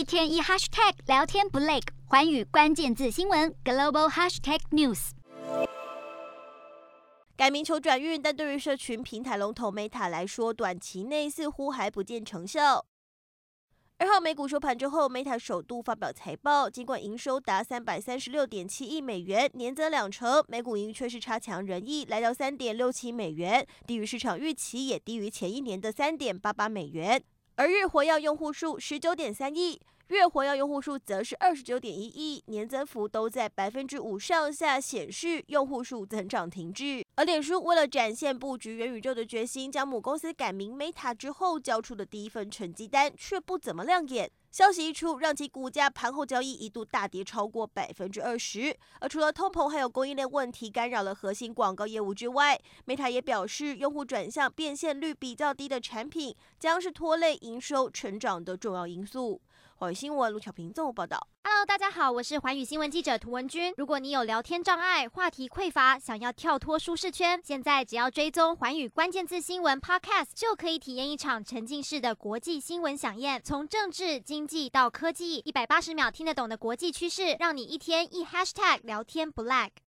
天一 hashtag 聊天不累，寰宇关键字新闻 global hashtag news。 改名求转运，但对于社群平台龙头 Meta 来说，短期内似乎还不见成效。2号美股收盘之后 ，Meta 首度发表财报，尽管营收达336.7亿美元，年增2%，每股盈却是差强人意，来到3.67美元，低于市场预期，也低于前一年的3.88美元。而日活跃用户数19.3亿，月活跃用户数则是29.1亿，年增幅都在5%上下，显示用户数增长停滞。而脸书为了展现布局元宇宙的决心，将母公司改名 Meta 之后，交出的第一份成绩单却不怎么亮眼。消息一出，让其股价盘后交易一度大跌超过20%。而除了通膨还有供应链问题干扰了核心广告业务之外，Meta 也表示，用户转向变现率比较低的产品，将是拖累营收成长的重要因素。寰宇新闻卢巧平综合报道。 Hello， 大家好，我是寰宇新闻记者涂文君。如果你有聊天障碍、话题匮乏，想要跳脱舒适圈，现在只要追踪寰宇关键字新闻 Podcast， 就可以体验一场沉浸式的国际新闻飨宴。从政治、经济到科技，180秒听得懂的国际趋势，让你一天一 hashtag 聊天不 lag。